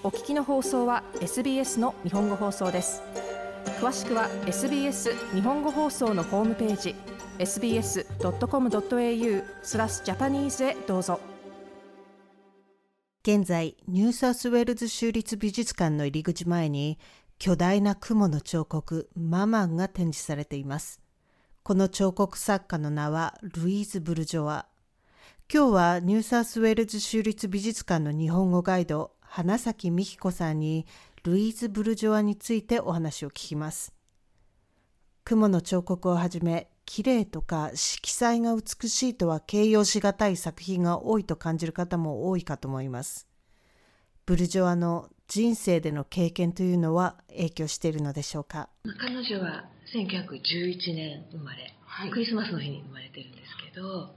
お聞きの放送は SBS の日本語放送です。詳しくは SBS 日本語放送のホームページ sbs.com.au/Japanese へどうぞ。 現在、ニューサウスウェールズ州立美術館の入り口前に巨大な雲の彫刻ママンが展示されています。この彫刻作家の名はルイーズ・ブルジョワ。今日はニューサウスウェールズ州立美術館の日本語ガイド花咲美希子さんにルイーズ・ブルジョワについてお話を聞きます。雲の彫刻をはじめ、綺麗とか色彩が美しいとは形容しがたい作品が多いと感じる方も多いかと思います。ブルジョワの人生での経験というのは影響しているのでしょうか。 彼女は1911年生まれ、クリスマスの日に生まれてるんですけど、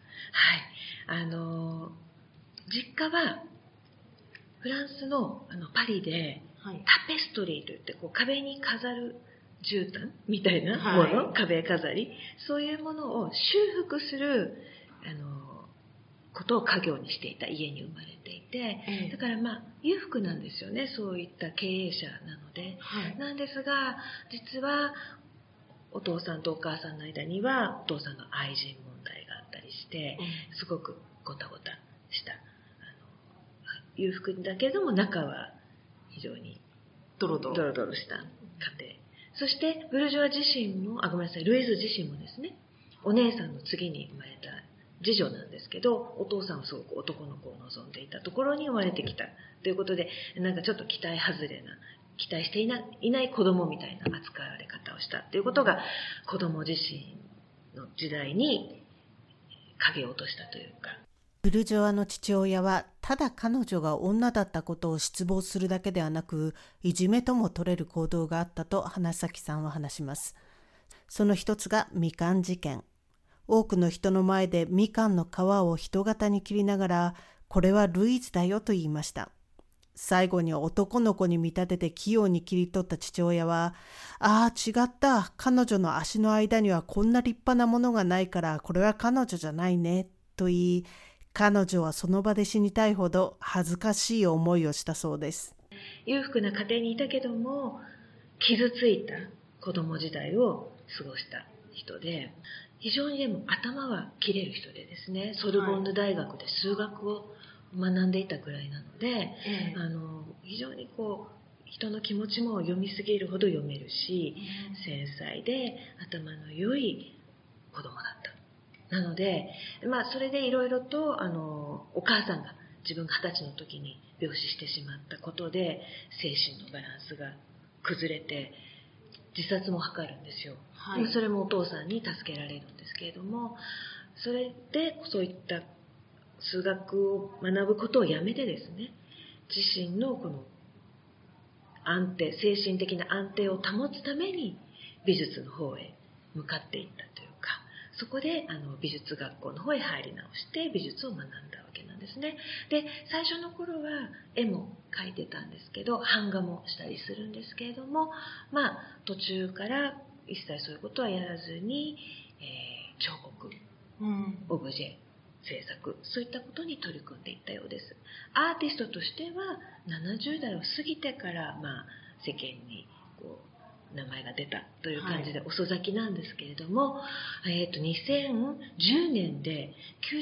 実家はフランスのパリで、タペストリーといって壁に飾る絨毯みたいなもの、壁飾り、そういうものを修復することを家業にしていた家に生まれていて、だから裕福なんですよね、そういった経営者なので、なんですが実はお父さんとお母さんの間にはお父さんの愛人問題があったりして、すごくごたごたした裕福だけども中は非常にドロドロした家庭。そしてブルジョワ自身もルイーズ自身もですね、お姉さんの次に生まれた次女なんですけど、お父さんはすごく男の子を望んでいたところに生まれてきたということで、なんかちょっと期待していない子供みたいな扱われ方をしたということが、子供自身の時代に影を落としたというか。 ブルジョワの父親はただ彼女が女だったことを失望するだけではなく、いじめとも取れる行動があったと花咲さんは話します。その一つがみかん事件。多くの人の前でみかんの皮を人型に切りながら、これはルイーズだよと言いました。最後に男の子に見立てて器用に切り取った父親は、違った、彼女の足の間にはこんな立派なものがないからこれは彼女じゃないねと言い、彼女はその場で死にたいほど恥ずかしい思いをしたそうです。 裕福な家庭にいたけども傷ついた子供時代を過ごした人で、非常にでも頭は切れる人でですね、ソルボンヌ大学で数学を学んでいたくらいなので、非常に人の気持ちも読みすぎるほど読めるし、繊細で頭の良い子供だった。なので、それでいろいろとお母さんが自分が20歳の時に病死してしまったことで精神のバランスが崩れて自殺も図るんですよ。それもお父さんに助けられるんですけれども、それでそういった数学を学ぶことをやめてですね、自身のこの精神的な安定を保つために美術の方へ向かっていったというか、そこで美術学校の方へ入り直して美術を学んだわけなんですね。で、最初の頃は絵も描いてたんですけど、版画もしたりするんですけれども、途中から一切そういうことはやらずに、彫刻、オブジェ制作、そういったことに取り組んでいったようです。アーティストとしては70代を過ぎてから世間に名前が出たという感じで遅咲きなんですけれども、2010年で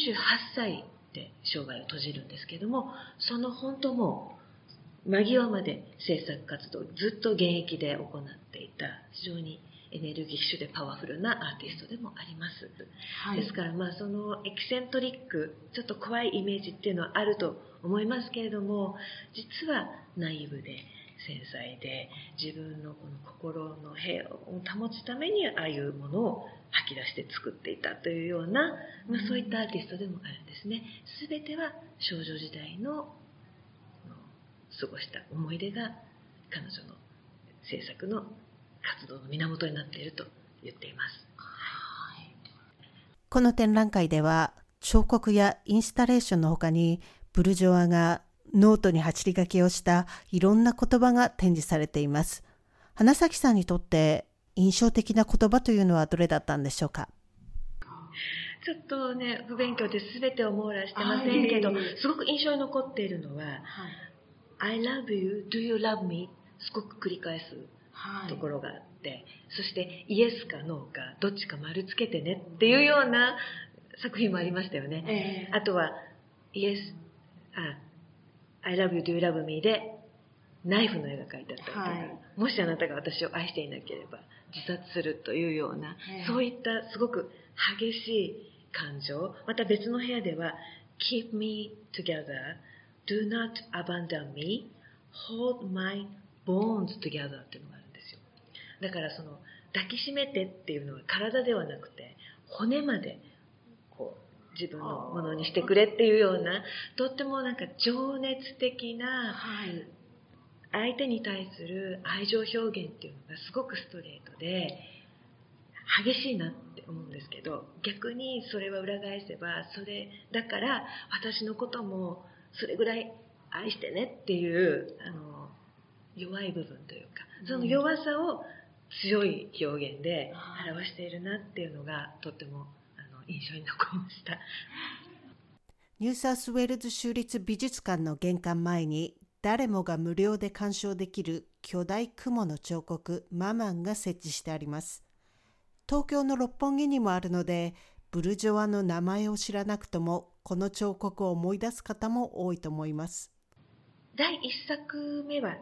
98歳で生涯を閉じるんですけれども、その本当もう間際まで制作活動をずっと現役で行っていた非常にエネルギッシュでパワフルなアーティストでもあります。ですからそのエキセントリック、ちょっと怖いイメージっていうのはあると思いますけれども、実はナイーブで繊細で自分のこの心の平和を保つためにああいうものを吐き出して作っていたというような、そういったアーティストでもあるんですね。全ては少女時代の過ごした思い出が彼女の制作の活動の源になっていると言っています。 この展覧会では彫刻やインスタレーションの他に、ブルジョワがノートに走り書きをしたいろんな言葉が展示されています。花咲さんにとって印象的な言葉というのはどれだったんでしょうか。 ちょっと不勉強で全てを網羅してませんけど、すごく印象に残っているのは、 I love you, do you love me すごく繰り返すところがあって、そしてイエスかノーかどっちか丸つけてねっていうような作品もありましたよね。あとはイエス、I love you, do you love me でナイフの絵が描いてあったりとか、もしあなたが私を愛していなければ自殺するというような、そういったすごく激しい感情、また別の部屋では Keep me together, do not abandon me, hold my bones together っていうのがあるんですよ。だからその抱きしめてっていうのは体ではなくて骨までこう自分のものにしてくれっていうような、とってもなんか情熱的な相手に対する愛情表現っていうのがすごくストレートで激しいなって思うんですけど、逆にそれは裏返せば、それだから私のこともそれぐらい愛してねっていう弱い部分というか、その弱さを強い表現で表しているなっていうのがとっても印象に残りました。 ニューサウスウェールズ州立美術館の玄関前に誰もが無料で鑑賞できる巨大雲の彫刻ママンが設置してあります。東京の六本木にもあるので、ブルジョワの名前を知らなくともこの彫刻を思い出す方も多いと思います。 第1作目は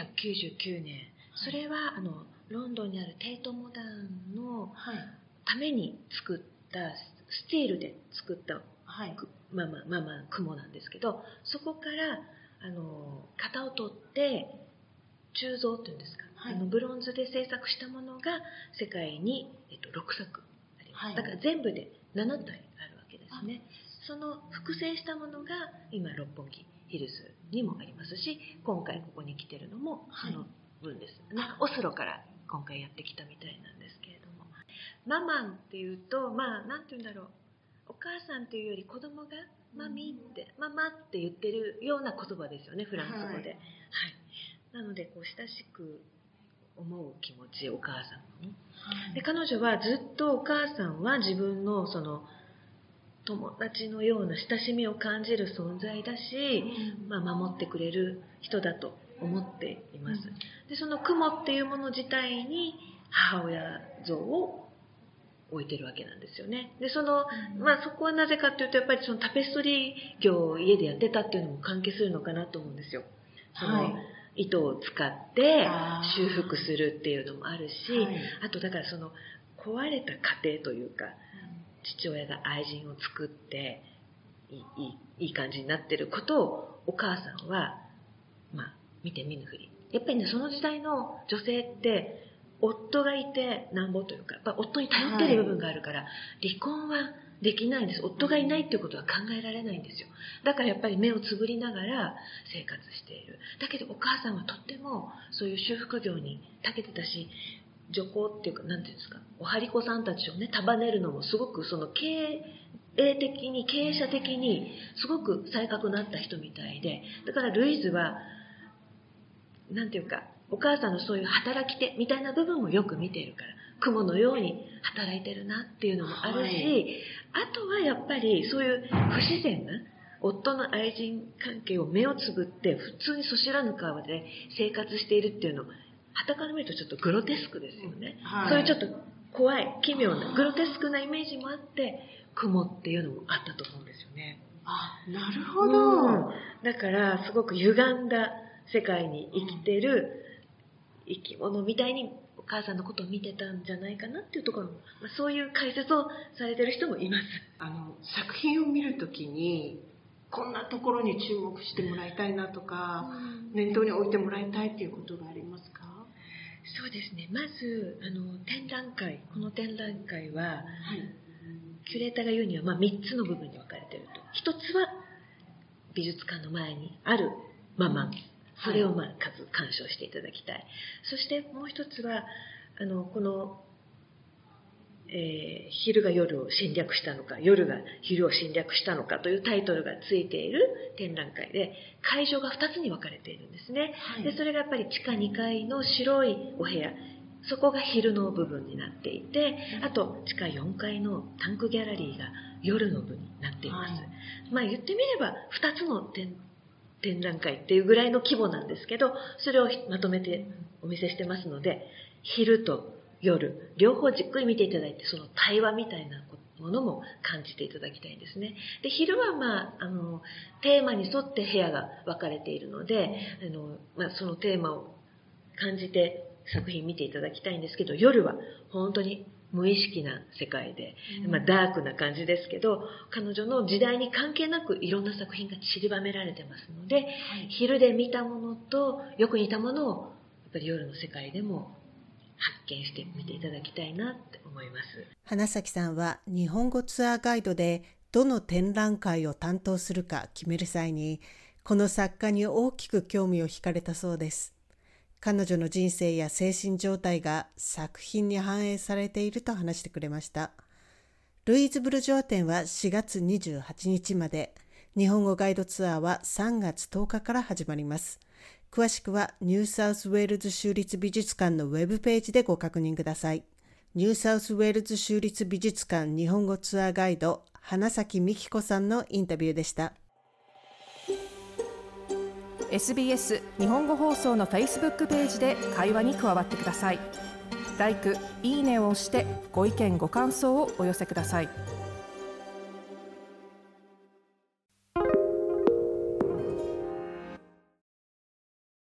1999年、それはロンドンにあるテイトモダンのために作ったスティールで作ったママ雲なんですけど、そこから型を取って鋳造というんですか、ブロンズで制作したものが世界に、6作あります。だから全部で7体あるわけですね。その複製したものが今六本木ヒルズにもありますし、今回ここに来てるのもその分です、オスロから今回やってきたみたいなんですけれども、ママンっていうと、なんて言うんだろう、お母さんっていうより子供がマミってママって言ってるような言葉ですよね、フランス語で。なのでこう親しく思う気持ち、お母さんに、で彼女はずっとお母さんは自分のその友達のような親しみを感じる存在だし、守ってくれる人だと思っています。でその雲っていうもの自体に母親像を置いてるわけなんですよね。でそこはなぜかというと、やっぱりそのタペストリー業を家でやってたっていうのも関係するのかなと思うんですよ。その糸を使って修復するっていうのもあるし、あとだからその壊れた家庭というか、父親が愛人を作っていい感じになってることをお母さんは見て見ぬふり。やっぱりね、その時代の女性って夫がいてなんぼというか、やっぱ夫に頼ってる部分があるから、離婚はできないんです。夫がいないっていうことは考えられないんですよ。だからやっぱり目をつぶりながら生活している。だけどお母さんはとってもそういう修復業に長けてたし、女工っていうか、なんていうんですか、お針子さんたちをね束ねるのもすごくその経営者的にすごく才覚のあった人みたいで、だからルイーズはなんていうか、お母さんのそういう働き手みたいな部分もよく見ているから、雲のように働いてるなっていうのもあるし、あとはやっぱりそういう不自然な夫の愛人関係を目をつぶって普通にそしらぬ顔で生活しているっていうの、傍から見るとちょっとグロテスクですよね。そういうちょっと怖い奇妙なグロテスクなイメージもあって、雲っていうのもあったと思うんですよね。 なるほど、 だからすごく歪んだ世界に生きてる生き物みたいにお母さんのことを見てたんじゃないかなっていうところも、そういう解説をされてる人もいます。 作品を見るときにこんなところに注目してもらいたいなとか、念頭に置いてもらいたいっていうことがありますか？ そうですね、まずこの展覧会は、キュレーターが言うには、3つの部分に分かれていると。1つは美術館の前にあるママン、それを鑑賞していただきたい。そしてもう一つはこの、昼が夜を侵略したのか、夜が昼を侵略したのかというタイトルがついている展覧会で、会場が2つに分かれているんですね。でそれがやっぱり地下2階の白いお部屋、そこが昼の部分になっていて、あと地下4階のタンクギャラリーが夜の部になっています。言ってみれば2つの展展覧会っていうぐらいの規模なんですけど、それをまとめてお見せしてますので、昼と夜両方じっくり見ていただいて、その対話みたいなものも感じていただきたいんですね。で、昼はテーマに沿って部屋が分かれているので、そのテーマを感じて作品見ていただきたいんですけど、夜は本当に無意識な世界で、ダークな感じですけど、彼女の時代に関係なくいろんな作品が散りばめられてますので、昼で見たものとよく似たものをやっぱり夜の世界でも発見してみていただきたいなって思います。 花咲さんは日本語ツアーガイドでどの展覧会を担当するか決める際に、この作家に大きく興味を惹かれたそうです。彼女の人生や精神状態が作品に反映されていると話してくれました。ルイーズブルジョア展は4月28日まで、日本語ガイドツアーは3月10日から始まります。詳しくはニューサウスウェールズ州立美術館のウェブページでご確認ください。ニューサウスウェールズ州立美術館日本語ツアーガイド、花咲美希子さんのインタビューでした。 SBS 日本語放送の Facebook ページで会話に加わってください。LIKE、いいねを押してご意見ご感想をお寄せください。